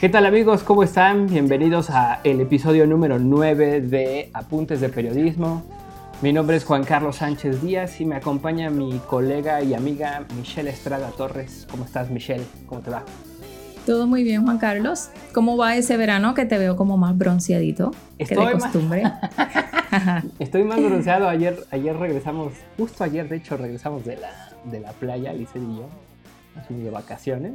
¿Qué tal amigos? ¿Cómo están? Bienvenidos a el episodio número 9 de Apuntes de Periodismo. Mi nombre es Juan Carlos Sánchez Díaz y me acompaña mi colega y amiga Michelle Estrada Torres. ¿Cómo estás, Michelle? ¿Cómo te va? Todo muy bien, Juan Carlos. ¿Cómo va ese verano que te veo como más bronceadito que de costumbre? Estoy más bronceado. Ayer regresamos, justo ayer de hecho regresamos de la playa, Lice y yo, así de vacaciones.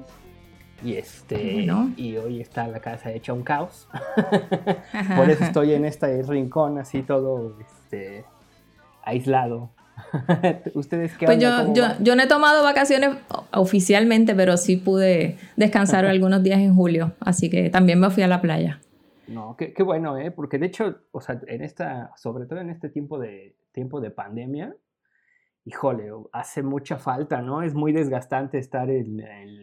Y hoy está la casa hecha un caos. Por eso estoy en este rincón así todo aislado. ¿Ustedes qué onda? Pues yo no he tomado vacaciones oficialmente, pero sí pude descansar algunos días en julio, así que también me fui a la playa. No, qué bueno, porque de hecho, o sea, sobre todo en este tiempo de pandemia, híjole, hace mucha falta, ¿no? Es muy desgastante estar en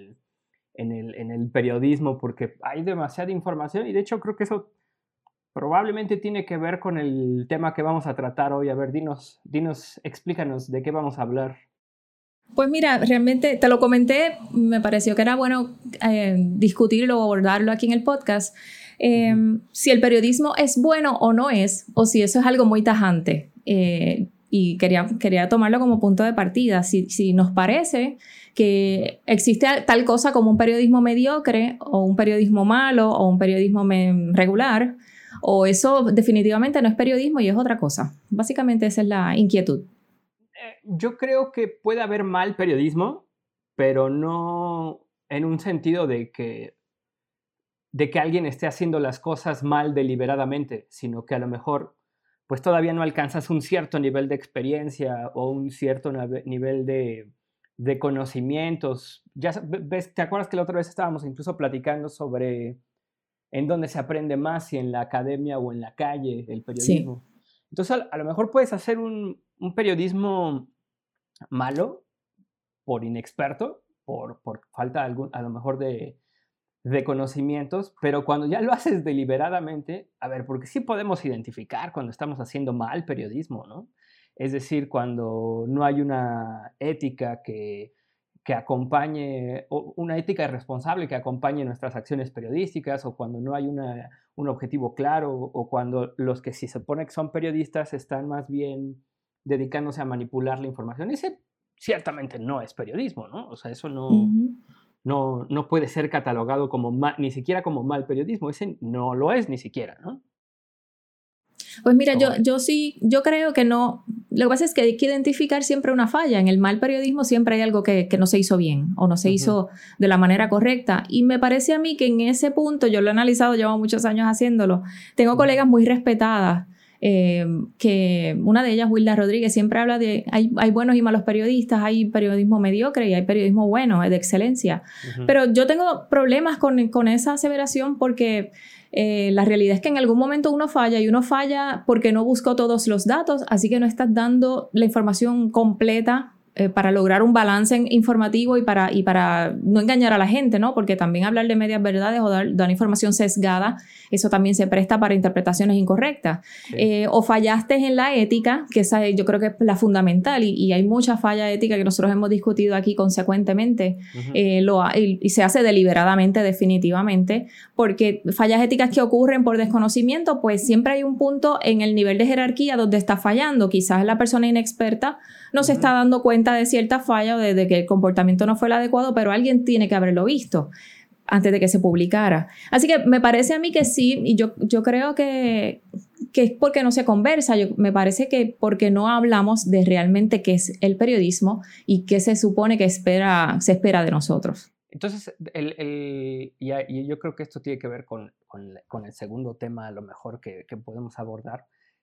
el periodismo porque hay demasiada información y de hecho creo que eso probablemente tiene que ver con el tema que vamos a tratar hoy. A ver, dinos, explícanos de qué vamos a hablar. Pues mira, realmente te lo comenté, me pareció que era bueno discutirlo o abordarlo aquí en el podcast. Si el periodismo es bueno o no es, o si eso es algo muy tajante. Y quería tomarlo como punto de partida. Si nos parece que existe tal cosa como un periodismo mediocre o un periodismo malo o un periodismo regular, o eso definitivamente no es periodismo y es otra cosa. Básicamente esa es la inquietud. Yo creo que puede haber mal periodismo, pero no en un sentido de que alguien esté haciendo las cosas mal deliberadamente, sino que a lo mejor pues todavía no alcanzas un cierto nivel de experiencia o un cierto nivel de conocimientos. Ya ves, ¿te acuerdas que la otra vez estábamos incluso platicando sobre en dónde se aprende más, si en la academia o en la calle, el periodismo? Sí. Entonces a lo mejor puedes hacer un periodismo malo por inexperto, por falta a lo mejor de conocimientos, pero cuando ya lo haces deliberadamente, a ver, porque sí podemos identificar cuando estamos haciendo mal periodismo, ¿no? Es decir, cuando no hay una ética que acompañe, o una ética responsable que acompañe nuestras acciones periodísticas, o cuando no hay un objetivo claro, o cuando los que sí se supone que son periodistas están más bien dedicándose a manipular la información. Ese ciertamente no es periodismo, ¿no? O sea, eso no... Uh-huh. No puede ser catalogado como ni siquiera como mal periodismo. Ese no lo es ni siquiera, ¿no? Pues mira, yo creo que no. Lo que pasa es que hay que identificar siempre una falla. En el mal periodismo siempre hay algo que no se hizo bien o no se hizo de la manera correcta. Y me parece a mí que en ese punto, yo lo he analizado, llevo muchos años haciéndolo, tengo colegas muy respetadas, que una de ellas, Wilda Rodríguez, siempre habla de hay buenos y malos periodistas, hay periodismo mediocre y hay periodismo bueno, de excelencia. Pero yo tengo problemas con esa aseveración porque la realidad es que en algún momento uno falla porque no buscó todos los datos, así que no estás dando la información completa para lograr un balance informativo y para no engañar a la gente, ¿no? Porque también hablar de medias verdades o dar información sesgada, eso también se presta para interpretaciones incorrectas. Sí. O fallaste en la ética, que esa yo creo que es la fundamental, y hay mucha falla ética que nosotros hemos discutido aquí consecuentemente, y se hace deliberadamente, definitivamente, porque fallas éticas que ocurren por desconocimiento, pues siempre hay un punto en el nivel de jerarquía donde está fallando. Quizás la persona inexperta no se está dando cuenta de cierta falla o de que el comportamiento no fue el adecuado, pero alguien tiene que haberlo visto antes de que se publicara. Así que me parece a mí que sí, y yo creo que es porque no se conversa. Me parece que porque no hablamos de realmente qué es el periodismo y qué se supone que se espera de nosotros. Entonces, y yo creo que esto tiene que ver con el segundo tema, a lo mejor que podemos abordar.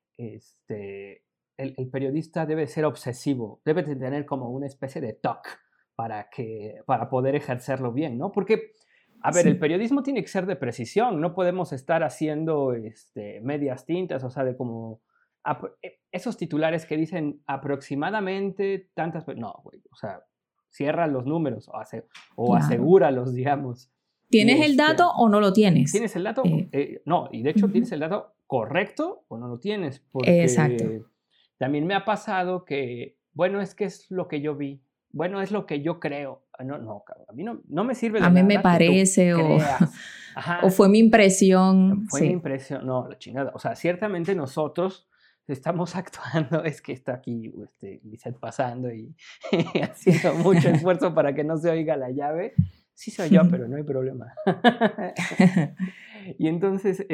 El periodista debe ser obsesivo, debe de tener como una especie de TOC para poder ejercerlo bien, ¿no? Porque, a ver, sí, el periodismo tiene que ser de precisión, no podemos estar haciendo medias tintas, o sea, de como esos titulares que dicen aproximadamente tantas... No, güey, o sea, cierra los números o claro, asegúralos, digamos. ¿Tienes el dato o no lo tienes? ¿Tienes el dato? No, y de hecho tienes el dato correcto o no lo tienes. Porque exacto. También me ha pasado que, bueno, es que es lo que yo vi. bueno, es lo que yo creo. No, a mí no me sirve de nada. A mí me parece, o fue mi impresión. Fue mi impresión, no, la chingada. O sea, ciertamente nosotros estamos actuando, es que está aquí Lisette pasando y haciendo mucho esfuerzo para que no se oiga la llave. Sí soy yo, pero no hay problema. Y entonces,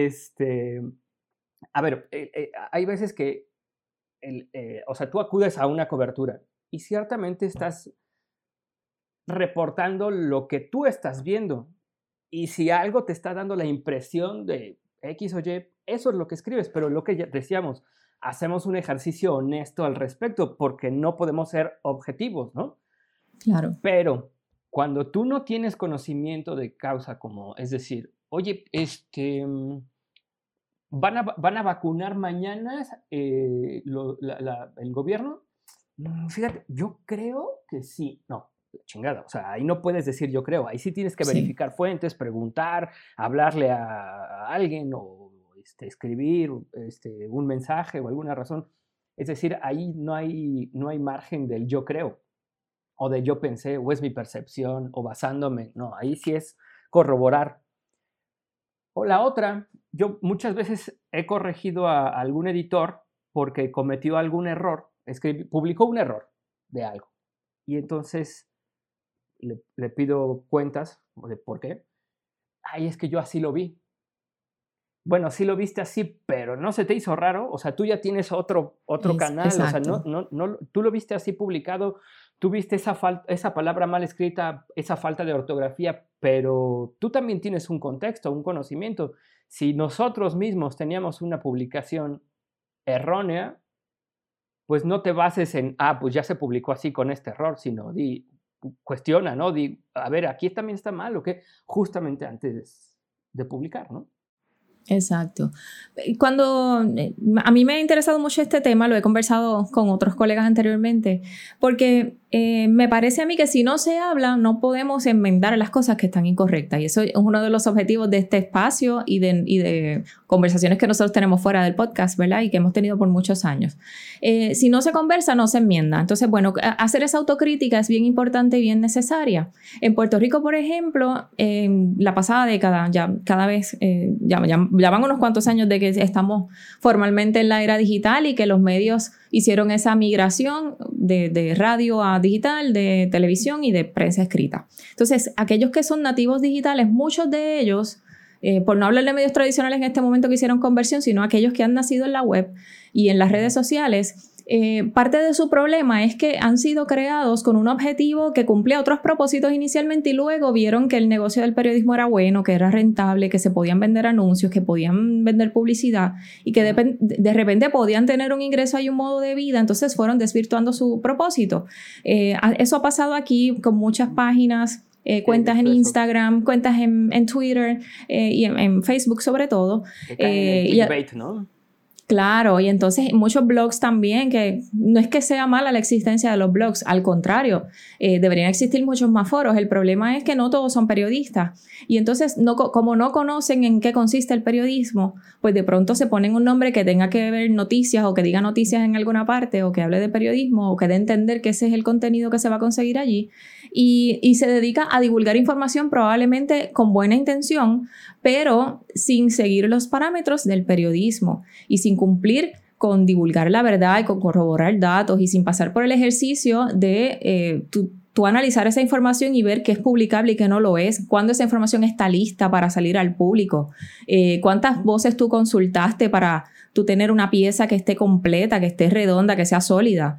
a ver, hay veces que, o sea, tú acudes a una cobertura y ciertamente estás reportando lo que tú estás viendo. Y si algo te está dando la impresión de X o Y, eso es lo que escribes. Pero lo que ya decíamos, hacemos un ejercicio honesto al respecto porque no podemos ser objetivos, ¿no? Claro. Pero cuando tú no tienes conocimiento de causa, como es decir, oye, ¿van a vacunar mañana el gobierno? Fíjate, yo creo que sí. No, chingada. O sea, ahí no puedes decir yo creo. Ahí sí tienes que verificar fuentes, preguntar, hablarle a alguien o escribir un mensaje o alguna razón. Es decir, ahí no hay margen del yo creo o de yo pensé o es mi percepción o basándome. No, ahí sí es corroborar. O la otra, yo muchas veces he corregido a algún editor porque cometió algún error, publicó un error de algo. Y entonces le pido cuentas de por qué. Ay, es que yo así lo vi. Bueno, sí lo viste así, pero no se te hizo raro. O sea, tú ya tienes otro canal. Exacto. O sea, no, tú lo viste así publicado, tú viste esa palabra mal escrita, esa falta de ortografía, pero tú también tienes un contexto, un conocimiento. Si nosotros mismos teníamos una publicación errónea, pues no te bases en, pues ya se publicó así con este error, sino cuestiona, ¿no? A ver, aquí también está mal, ¿o qué? Justamente antes de publicar, ¿no? Exacto. Cuando a mí me ha interesado mucho este tema, lo he conversado con otros colegas anteriormente, porque me parece a mí que si no se habla, no podemos enmendar las cosas que están incorrectas. Y eso es uno de los objetivos de este espacio y de conversaciones que nosotros tenemos fuera del podcast, ¿verdad? Y que hemos tenido por muchos años. Si no se conversa, no se enmienda. Entonces, bueno, hacer esa autocrítica es bien importante y bien necesaria. En Puerto Rico, por ejemplo, la pasada década, ya cada vez, ya van unos cuantos años de que estamos formalmente en la era digital y que los medios hicieron esa migración de radio a digital, de televisión y de prensa escrita. Entonces, aquellos que son nativos digitales, muchos de ellos, por no hablar de medios tradicionales en este momento que hicieron conversión, sino aquellos que han nacido en la web y en las redes sociales, parte de su problema es que han sido creados con un objetivo que cumplía otros propósitos inicialmente y luego vieron que el negocio del periodismo era bueno, que era rentable, que se podían vender anuncios, que podían vender publicidad y que de repente podían tener un ingreso y un modo de vida, entonces fueron desvirtuando su propósito. Eso ha pasado aquí con muchas páginas, cuentas en Instagram, cuentas en Twitter y en Facebook sobre todo. Clickbait, ¿no? Claro, y entonces muchos blogs también, que no es que sea mala la existencia de los blogs, al contrario, deberían existir muchos más foros. El problema es que no todos son periodistas y entonces como no conocen en qué consiste el periodismo, pues de pronto se ponen un nombre que tenga que ver noticias o que diga noticias en alguna parte o que hable de periodismo o que dé a entender que ese es el contenido que se va a conseguir allí y se dedica a divulgar información probablemente con buena intención, pero sin seguir los parámetros del periodismo y sin cumplir con divulgar la verdad y con corroborar datos y sin pasar por el ejercicio de tú analizar esa información y ver qué es publicable y qué no lo es, cuándo esa información está lista para salir al público, cuántas voces tú consultaste para tú tener una pieza que esté completa, que esté redonda, que sea sólida.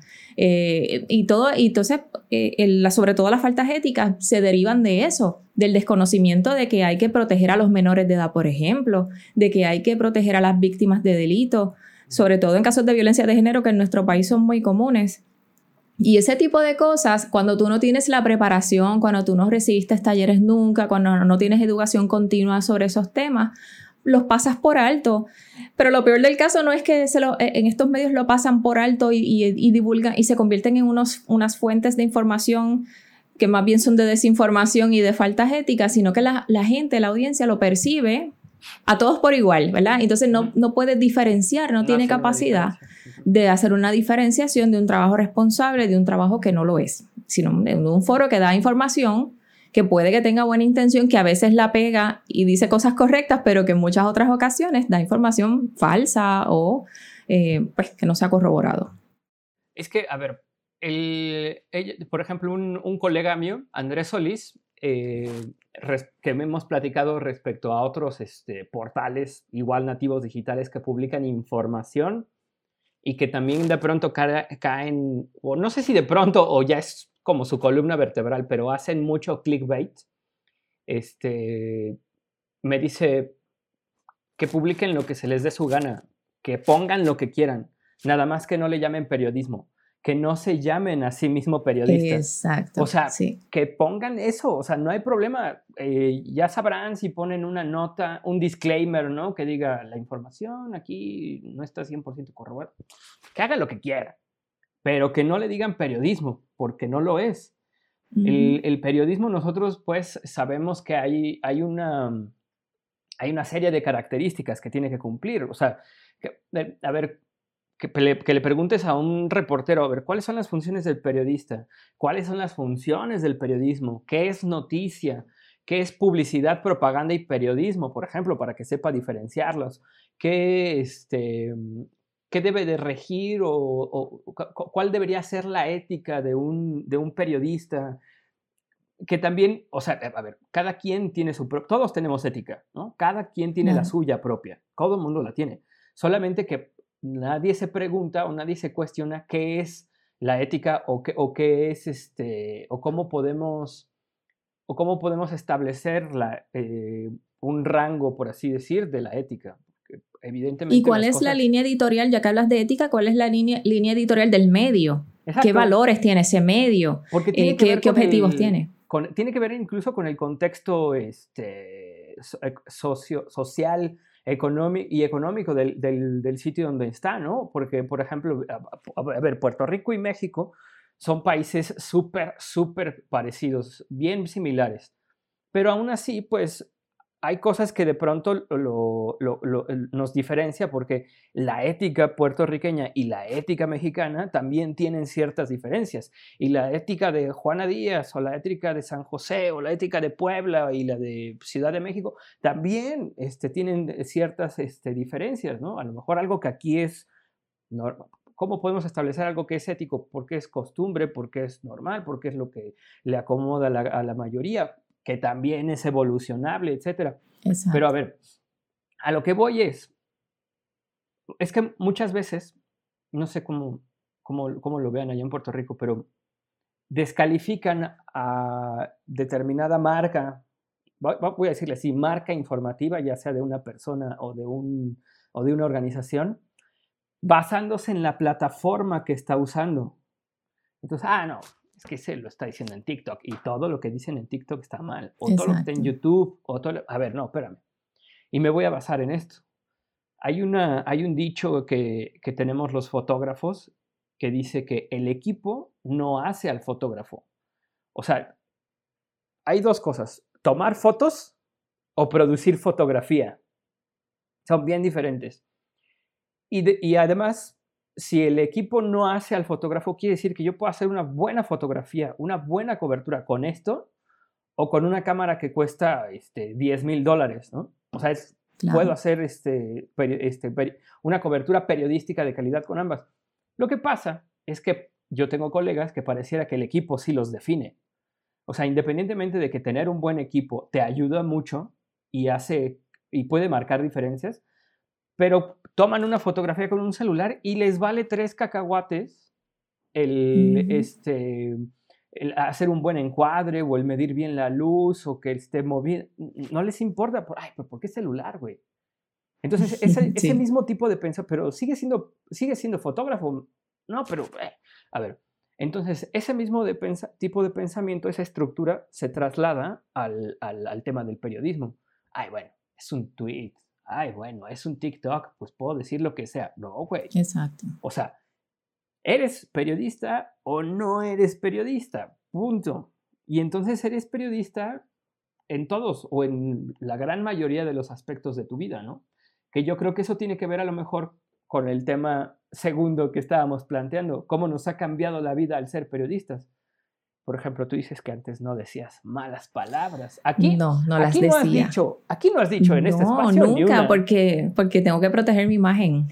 Y entonces, sobre todo las faltas éticas se derivan de eso, del desconocimiento de que hay que proteger a los menores de edad, por ejemplo, de que hay que proteger a las víctimas de delito, sobre todo en casos de violencia de género que en nuestro país son muy comunes. Y ese tipo de cosas, cuando tú no tienes la preparación, cuando tú no recibiste talleres nunca, cuando no tienes educación continua sobre esos temas, los pasas por alto. Pero lo peor del caso no es que en estos medios lo pasan por alto y divulgan y se convierten en unas fuentes de información que más bien son de desinformación y de faltas éticas, sino que la gente, la audiencia lo percibe a todos por igual, ¿verdad? Entonces no puede diferenciar, no tiene capacidad de hacer una diferenciación de un trabajo responsable de un trabajo que no lo es. sino en un foro que da información que puede que tenga buena intención, que a veces la pega y dice cosas correctas, pero que en muchas otras ocasiones da información falsa o pues que no se ha corroborado. Es que, a ver, por ejemplo, un colega mío, Andrés Solís, que hemos platicado respecto a otros portales igual nativos digitales que publican información y que también de pronto caen, o no sé si de pronto o ya es como su columna vertebral, pero hacen mucho clickbait. Me dice que publiquen lo que se les dé su gana, que pongan lo que quieran, nada más que no le llamen periodismo, que no se llamen a sí mismo periodistas. Exacto. O sea, sí. que pongan eso, o sea, no hay problema. Ya sabrán si ponen una nota, un disclaimer, ¿no? Que diga, la información aquí no está 100% corroborada. Que haga lo que quiera, pero que no le digan periodismo, porque no lo es. El periodismo, nosotros pues sabemos que hay una serie de características que tiene que cumplir. O sea, a ver, que le preguntes a un reportero, a ver, ¿cuáles son las funciones del periodista? ¿Cuáles son las funciones del periodismo? ¿Qué es noticia? ¿Qué es publicidad, propaganda y periodismo, por ejemplo, para que sepa diferenciarlos? ¿Qué debe de regir o cuál debería ser la ética de un periodista? Que también, o sea, a ver, cada quien tiene todos tenemos ética, ¿no? Cada quien tiene la suya propia, todo el mundo la tiene. Solamente que nadie se pregunta o nadie se cuestiona qué es la ética o qué es o cómo podemos establecer un rango, por así decir, de la ética. Evidentemente, ¿y cuál es la línea editorial, ya que hablas de ética, cuál es la línea editorial del medio? Exacto. ¿Qué valores tiene ese medio? Porque tiene que ver ¿Qué objetivos tiene? Tiene que ver incluso con el contexto social y económico del sitio donde está, ¿no? Porque, por ejemplo, a ver, Puerto Rico y México son países súper parecidos, bien similares, pero aún así, pues, hay cosas que de pronto nos diferencia porque la ética puertorriqueña y la ética mexicana también tienen ciertas diferencias. Y la ética de Juana Díaz o la ética de San José o la ética de Puebla y la de Ciudad de México también tienen ciertas diferencias, ¿no? A lo mejor algo que aquí es normal. ¿Cómo podemos establecer algo que es ético? Porque es costumbre, porque es normal, porque es lo que le acomoda a la mayoría, que también es evolucionable, etc. Pero a ver, a lo que voy es que muchas veces, no sé cómo lo vean allá en Puerto Rico, pero descalifican a determinada marca, voy a decirle así, marca informativa, ya sea de una persona o de una organización, basándose en la plataforma que está usando. Entonces, no, es que se lo está diciendo en TikTok y todo lo que dicen en TikTok está mal. O todo lo que está en YouTube, a ver, no, espérame. Y me voy a basar en esto. Hay un dicho que tenemos los fotógrafos que dice que el equipo no hace al fotógrafo. O sea, hay dos cosas, tomar fotos o producir fotografía. Son bien diferentes. Y además, si el equipo no hace al fotógrafo, quiere decir que yo puedo hacer una buena fotografía, una buena cobertura con esto o con una cámara que cuesta $10,000, ¿no? O sea, puedo hacer una cobertura periodística de calidad con ambas. Lo que pasa es que yo tengo colegas que pareciera que el equipo sí los define. O sea, independientemente de que tener un buen equipo te ayuda mucho y puede marcar diferencias, pero toman una fotografía con un celular y les vale 3 cacahuates el hacer un buen encuadre o el medir bien la luz o que esté moviendo. No les importa. ¿Pero por qué celular, güey? Entonces, ese mismo tipo de pensamiento, pero sigue siendo fotógrafo. No, pero, a ver. Entonces, ese mismo tipo de pensamiento, esa estructura, se traslada al tema del periodismo. Bueno, es un tweet. Bueno, es un TikTok, pues puedo decir lo que sea. No, güey. Exacto. O sea, ¿eres periodista o no eres periodista? Punto. Y entonces eres periodista en todos o en la gran mayoría de los aspectos de tu vida, ¿no? Que yo creo que eso tiene que ver a lo mejor con el tema segundo que estábamos planteando, cómo nos ha cambiado la vida al ser periodistas. por ejemplo, tú dices que antes no decías malas palabras. Aquí no las decía. Aquí no has dicho en este espacio nunca, ni una. Porque tengo que proteger mi imagen.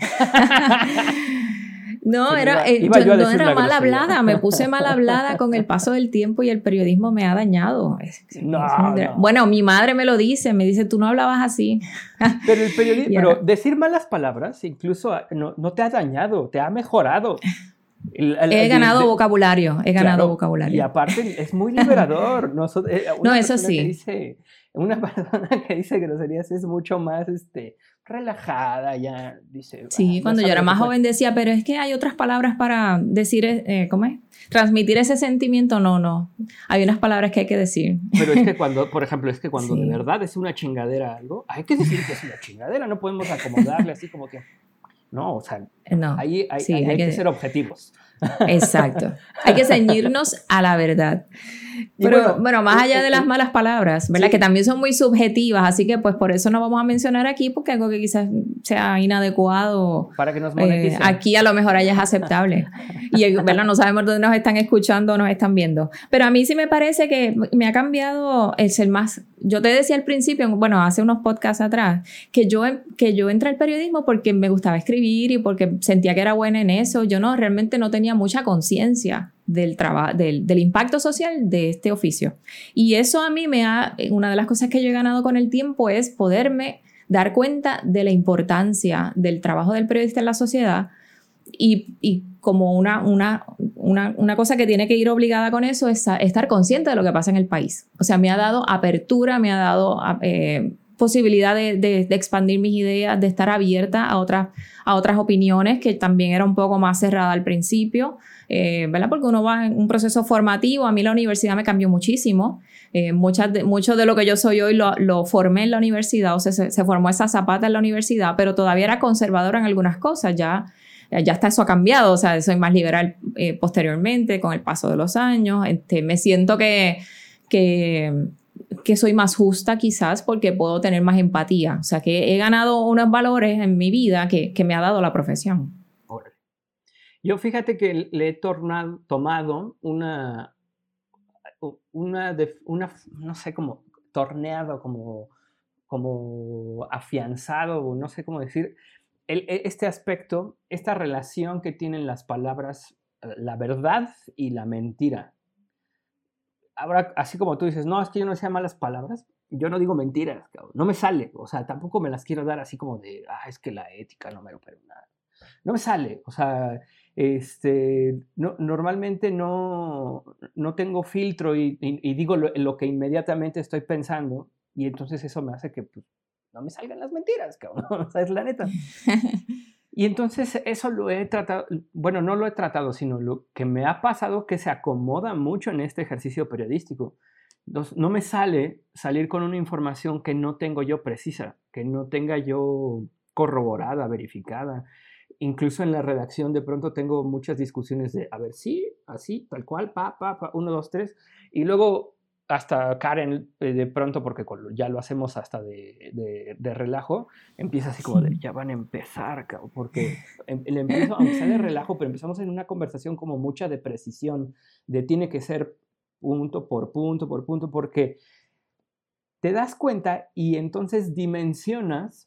No, yo no era mal hablada, me puse mal hablada con el paso del tiempo y el periodismo me ha dañado. No. Bueno, mi madre me dice, tú no hablabas así. Pero el periodismo, pero decir malas palabras incluso no te ha dañado, te ha mejorado. He ganado vocabulario. Y aparte es muy liberador. Eso sí. Una persona que dice groserías es mucho más relajada, ya dice... Sí, cuando yo era más joven decía, pero es que hay otras palabras para decir, ¿cómo es? Transmitir ese sentimiento, no. Hay unas palabras que hay que decir. Pero es que por ejemplo, de verdad es una chingadera algo, hay que decir que es una chingadera, no podemos acomodarle así como que... No, o sea, ahí hay que ser objetivos. Exacto. Hay que ceñirnos a la verdad. Pero bueno, más allá de las malas palabras, ¿verdad? Sí. Que también son muy subjetivas, así que pues por eso no vamos a mencionar aquí, porque algo que quizás sea inadecuado. Para que nos moneticen. Aquí a lo mejor allá es aceptable. Y, ¿verdad? No sabemos dónde nos están escuchando o nos están viendo. Pero a mí sí me parece que me ha cambiado el ser más... Yo te decía al principio, bueno, hace unos podcasts atrás, que yo entré al periodismo porque me gustaba escribir y porque sentía que era buena en eso. Yo realmente no tenía mucha conciencia del impacto social de este oficio. Y eso a mí una de las cosas que yo he ganado con el tiempo es poderme dar cuenta de la importancia del trabajo del periodista en la sociedad y como una cosa que tiene que ir obligada con eso es estar consciente de lo que pasa en el país. O sea, me ha dado apertura, me ha dado posibilidad de expandir mis ideas, de estar abierta a otras opiniones, que también era un poco más cerrada al principio, ¿verdad? Porque uno va en un proceso formativo. A mí la universidad me cambió muchísimo. Mucho de lo que yo soy hoy lo formé en la universidad, o sea, se formó esa zapata en la universidad, pero todavía era conservadora en algunas cosas. Ya está, eso ha cambiado, o sea, soy más liberal posteriormente con el paso de los años. Me siento que soy más justa quizás porque puedo tener más empatía. O sea, que he ganado unos valores en mi vida que me ha dado la profesión. Yo fíjate que le he tomado una no sé, como torneado, como afianzado, no sé cómo decir, este aspecto, esta relación que tienen las palabras, la verdad y la mentira. Ahora, así como tú dices, no, es que yo no sé malas palabras, yo no digo mentiras, cabrón, no me sale, o sea, tampoco me las quiero dar así como de, es que la ética no me lo perdona. No me sale, o sea, normalmente no tengo filtro y digo lo que inmediatamente estoy pensando, y entonces eso me hace que pues, no me salgan las mentiras, cabrón, o sea, es la neta. Y entonces eso lo he tratado, bueno, no lo he tratado, sino lo que me ha pasado que se acomoda mucho en este ejercicio periodístico. Entonces, no me sale salir con una información que no tengo yo precisa, que no tenga yo corroborada, verificada. Incluso en la redacción de pronto tengo muchas discusiones de, a ver, sí, así, tal cual, 1, 2, 3, y luego hasta Karen de pronto, porque ya lo hacemos hasta de relajo, empieza así como de, ya van a empezar, cabrón, porque le empiezo, aunque sea de relajo, pero empezamos en una conversación como mucha de precisión, de tiene que ser punto por punto por punto, porque te das cuenta y entonces dimensionas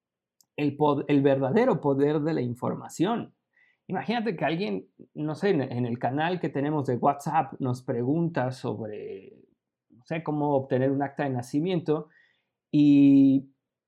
el verdadero poder de la información. Imagínate que alguien, no sé, en el canal que tenemos de WhatsApp nos pregunta sobre, no sé, cómo obtener un acta de nacimiento y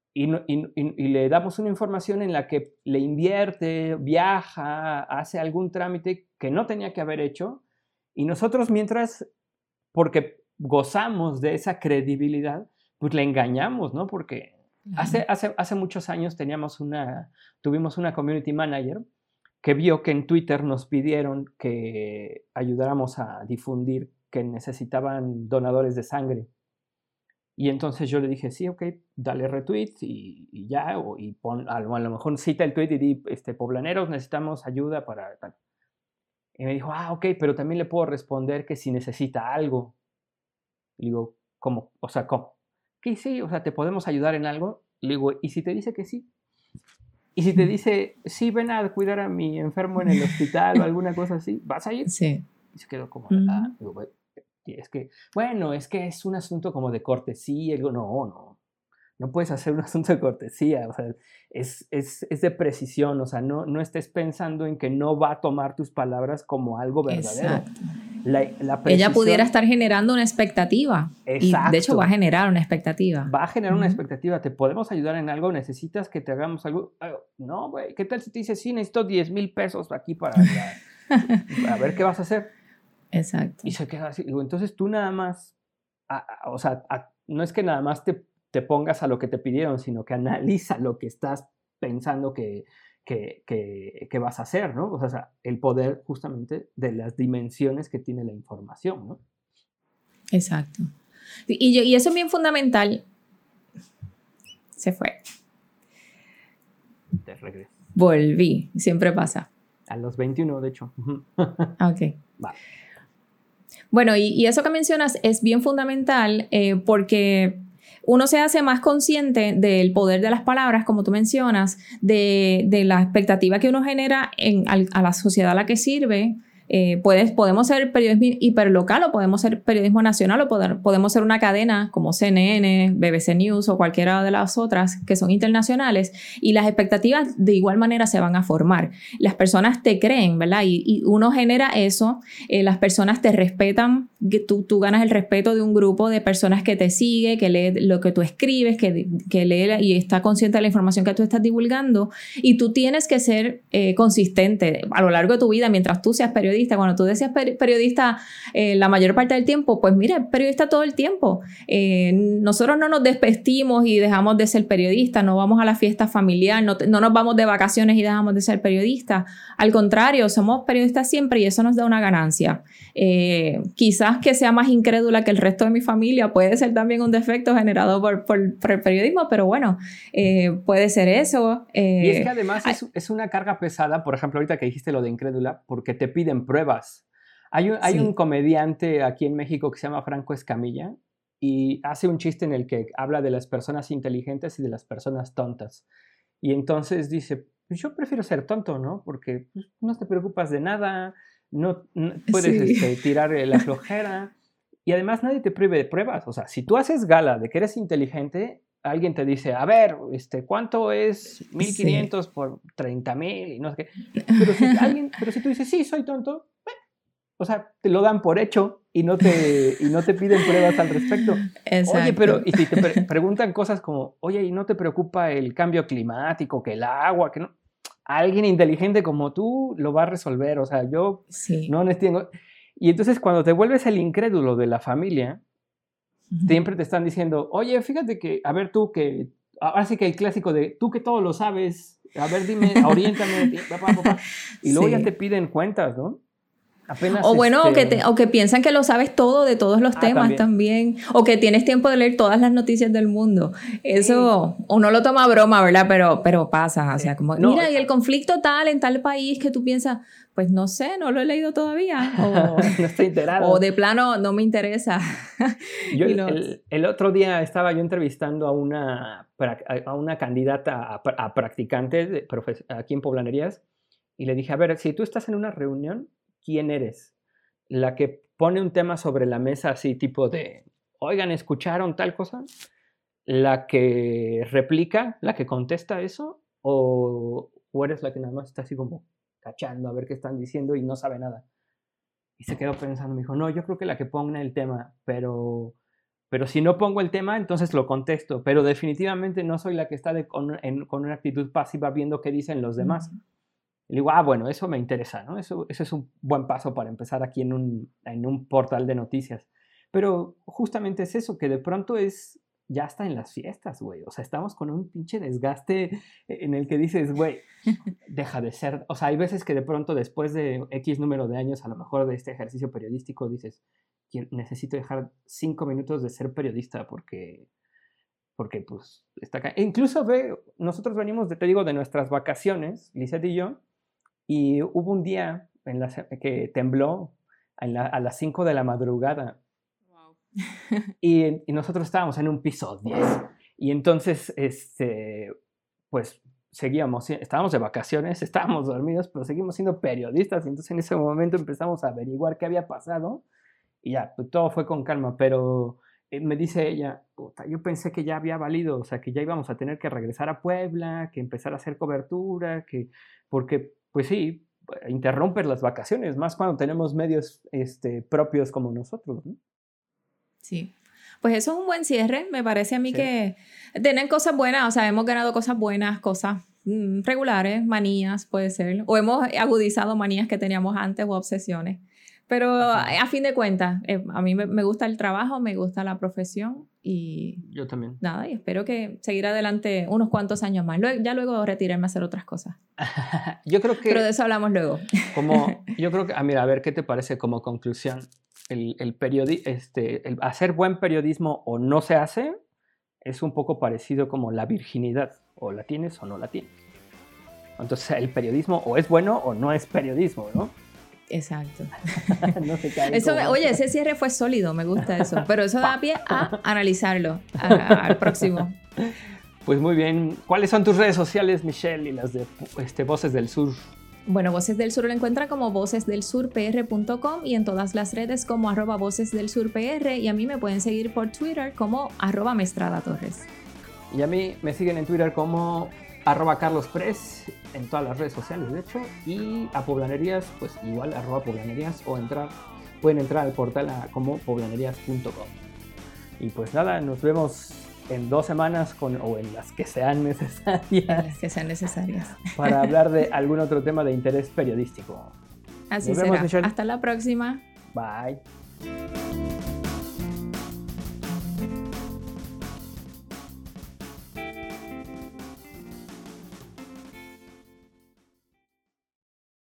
le damos una información en la que le invierte, viaja, hace algún trámite que no tenía que haber hecho, y nosotros mientras, porque gozamos de esa credibilidad, pues le engañamos, ¿no? Porque hace muchos años tuvimos una community manager que vio que en Twitter nos pidieron que ayudáramos a difundir que necesitaban donadores de sangre. Y entonces yo le dije, sí, ok, dale retweet y ya, y a lo mejor cita el tweet y di, poblaneros, necesitamos ayuda para tal. Y me dijo, ok, pero también le puedo responder que si necesita algo. Y digo, ¿cómo? O sea, ¿cómo? Que sí, o sea, ¿te podemos ayudar en algo? Le digo, ¿y si te dice que sí? Y si te dice, sí, ven a cuidar a mi enfermo en el hospital o alguna cosa así, ¿vas a ir? Sí. Y se quedó como, es que, bueno, es que es un asunto como de cortesía. Y digo, no puedes hacer un asunto de cortesía, o sea, es de precisión, o sea, no estés pensando en que no va a tomar tus palabras como algo verdadero. Exacto. La precisión, ella pudiera estar generando una expectativa. Exacto. Y de hecho va a generar una expectativa. Va a generar una expectativa. ¿Te podemos ayudar en algo? ¿Necesitas que te hagamos algo? No, güey. ¿Qué tal si te dice, sí, necesito 10,000 pesos aquí para a ver qué vas a hacer? Exacto. Y se queda así. Entonces tú nada más, o sea, no es que nada más te pongas a lo que te pidieron, sino que analiza lo que estás pensando que vas a hacer, ¿no? O sea, el poder justamente de las dimensiones que tiene la información, ¿no? Exacto. Y eso es bien fundamental. Se fue. Te regreso. Volví. Siempre pasa. A los 21, de hecho. Ok. Va. Bueno, y eso que mencionas es bien fundamental porque uno se hace más consciente del poder de las palabras, como tú mencionas, de la expectativa que uno genera a la sociedad a la que sirve. Podemos ser periodismo hiperlocal o podemos ser periodismo nacional o podemos ser una cadena como CNN, BBC News o cualquiera de las otras que son internacionales, y las expectativas de igual manera se van a formar. Las personas te creen, ¿verdad? Y uno genera eso, las personas te respetan, que tú ganas el respeto de un grupo de personas que te sigue, que lee lo que tú escribes, que lee y está consciente de la información que tú estás divulgando, y tú tienes que ser consistente a lo largo de tu vida mientras tú seas periodista. Cuando tú decías periodista la mayor parte del tiempo, pues mira, periodista todo el tiempo. Nosotros no nos despestimos y dejamos de ser periodistas, no vamos a la fiesta familiar, no nos vamos de vacaciones y dejamos de ser periodistas. Al contrario, somos periodistas siempre y eso nos da una ganancia. Quizás que sea más incrédula que el resto de mi familia puede ser también un defecto generado por el periodismo, pero bueno, puede ser eso. Y es que además es una carga pesada, por ejemplo, ahorita que dijiste lo de incrédula, porque te piden pruebas. Hay un comediante aquí en México que se llama Franco Escamilla y hace un chiste en el que habla de las personas inteligentes y de las personas tontas. Y entonces dice, pues yo prefiero ser tonto, ¿no? Porque pues, no te preocupas de nada, no puedes tirar la flojera y además nadie te prive de pruebas. O sea, si tú haces gala de que eres inteligente, alguien te dice, a ver, ¿cuánto es 1,500 por 30,000? Y no sé qué. Pero si tú dices, sí, soy tonto, o sea, te lo dan por hecho y no te piden pruebas al respecto. Exacto. Oye, pero y si te preguntan cosas como, oye, ¿y no te preocupa el cambio climático, que el agua, que no? Alguien inteligente como tú lo va a resolver. O sea, yo no tengo. Y entonces cuando te vuelves el incrédulo de la familia, siempre te están diciendo, oye, fíjate que, a ver tú que, ahora sí que el clásico de, tú que todo lo sabes, a ver dime, oriéntame, y luego ya te piden cuentas, ¿no? Apenas o bueno, o que piensan que lo sabes todo de todos los temas también, o que tienes tiempo de leer todas las noticias del mundo. Eso uno lo toma a broma, ¿verdad? Pero pasa, o sea, como, mira, y el conflicto tal en tal país que tú piensas, pues no sé, no lo he leído todavía, o no estoy enterado. O de plano no me interesa. Yo el otro día estaba yo entrevistando a una candidata a practicante aquí en Poblanerías y le dije, a ver, si tú estás en una reunión, ¿quién eres? ¿La que pone un tema sobre la mesa así tipo de, oigan, ¿escucharon tal cosa? ¿La que replica, la que contesta eso? ¿O eres la que nada más está así como cachando a ver qué están diciendo y no sabe nada? Y se quedó pensando, me dijo, no, yo creo que la que ponga el tema, pero si no pongo el tema, entonces lo contesto, pero definitivamente no soy la que está con una actitud pasiva viendo qué dicen los demás. Le digo, bueno, eso me interesa, ¿no? Eso es un buen paso para empezar aquí en un portal de noticias. Pero justamente es eso, que de pronto ya está en las fiestas, güey. O sea, estamos con un pinche desgaste en el que dices, güey, deja de ser. O sea, hay veces que de pronto después de X número de años, a lo mejor de este ejercicio periodístico, dices, necesito dejar 5 minutos de ser periodista porque pues está acá. E incluso nosotros venimos, te digo, de nuestras vacaciones, Lisette y yo, y hubo un día que tembló a las 5 de la madrugada. Wow. y nosotros estábamos en un piso 10. Y entonces, pues estábamos de vacaciones, estábamos dormidos, pero seguimos siendo periodistas. Y entonces en ese momento empezamos a averiguar qué había pasado. y ya, pues todo fue con calma, pero me dice ella, puta, yo pensé que ya había valido, o sea, que ya íbamos a tener que regresar a Puebla, que empezar a hacer cobertura, porque, pues sí, interrumpes las vacaciones, más cuando tenemos medios propios como nosotros, ¿no? Sí. Pues eso es un buen cierre. Me parece a mí Sí. que tienen cosas buenas, o sea, hemos ganado cosas buenas, cosas regulares, manías puede ser, o hemos agudizado manías que teníamos antes o obsesiones. Pero a fin de cuentas, a mí me gusta el trabajo, me gusta la profesión y... Yo también. Nada, y espero que seguir adelante unos cuantos años más. Ya luego retirarme a hacer otras cosas. Yo creo que... Pero de eso hablamos luego. Yo creo que... mira, a ver, ¿qué te parece como conclusión? El hacer buen periodismo o no se hace es un poco parecido como la virginidad. O la tienes o no la tienes. Entonces, el periodismo o es bueno o no es periodismo, ¿no? Exacto. No se cae Oye, ese cierre fue sólido, me gusta eso. Pero eso da pie a analizarlo al próximo. Pues muy bien. ¿Cuáles son tus redes sociales, Michelle, y las de Voces del Sur? Bueno, Voces del Sur lo encuentra como vocesdelsurpr.com y en todas las redes como @vocesdelsurpr, y a mí me pueden seguir por Twitter como @mestradatorres. Y a mí me siguen en Twitter como @carlospress, en todas las redes sociales, de hecho, y a Poblanerías, pues igual @poblanerías, o pueden entrar al portal como poblanerías.com. Y pues nada, nos vemos en 2 semanas o en las que sean necesarias. Para hablar de algún otro tema de interés periodístico. Así será. Hasta la próxima. Bye.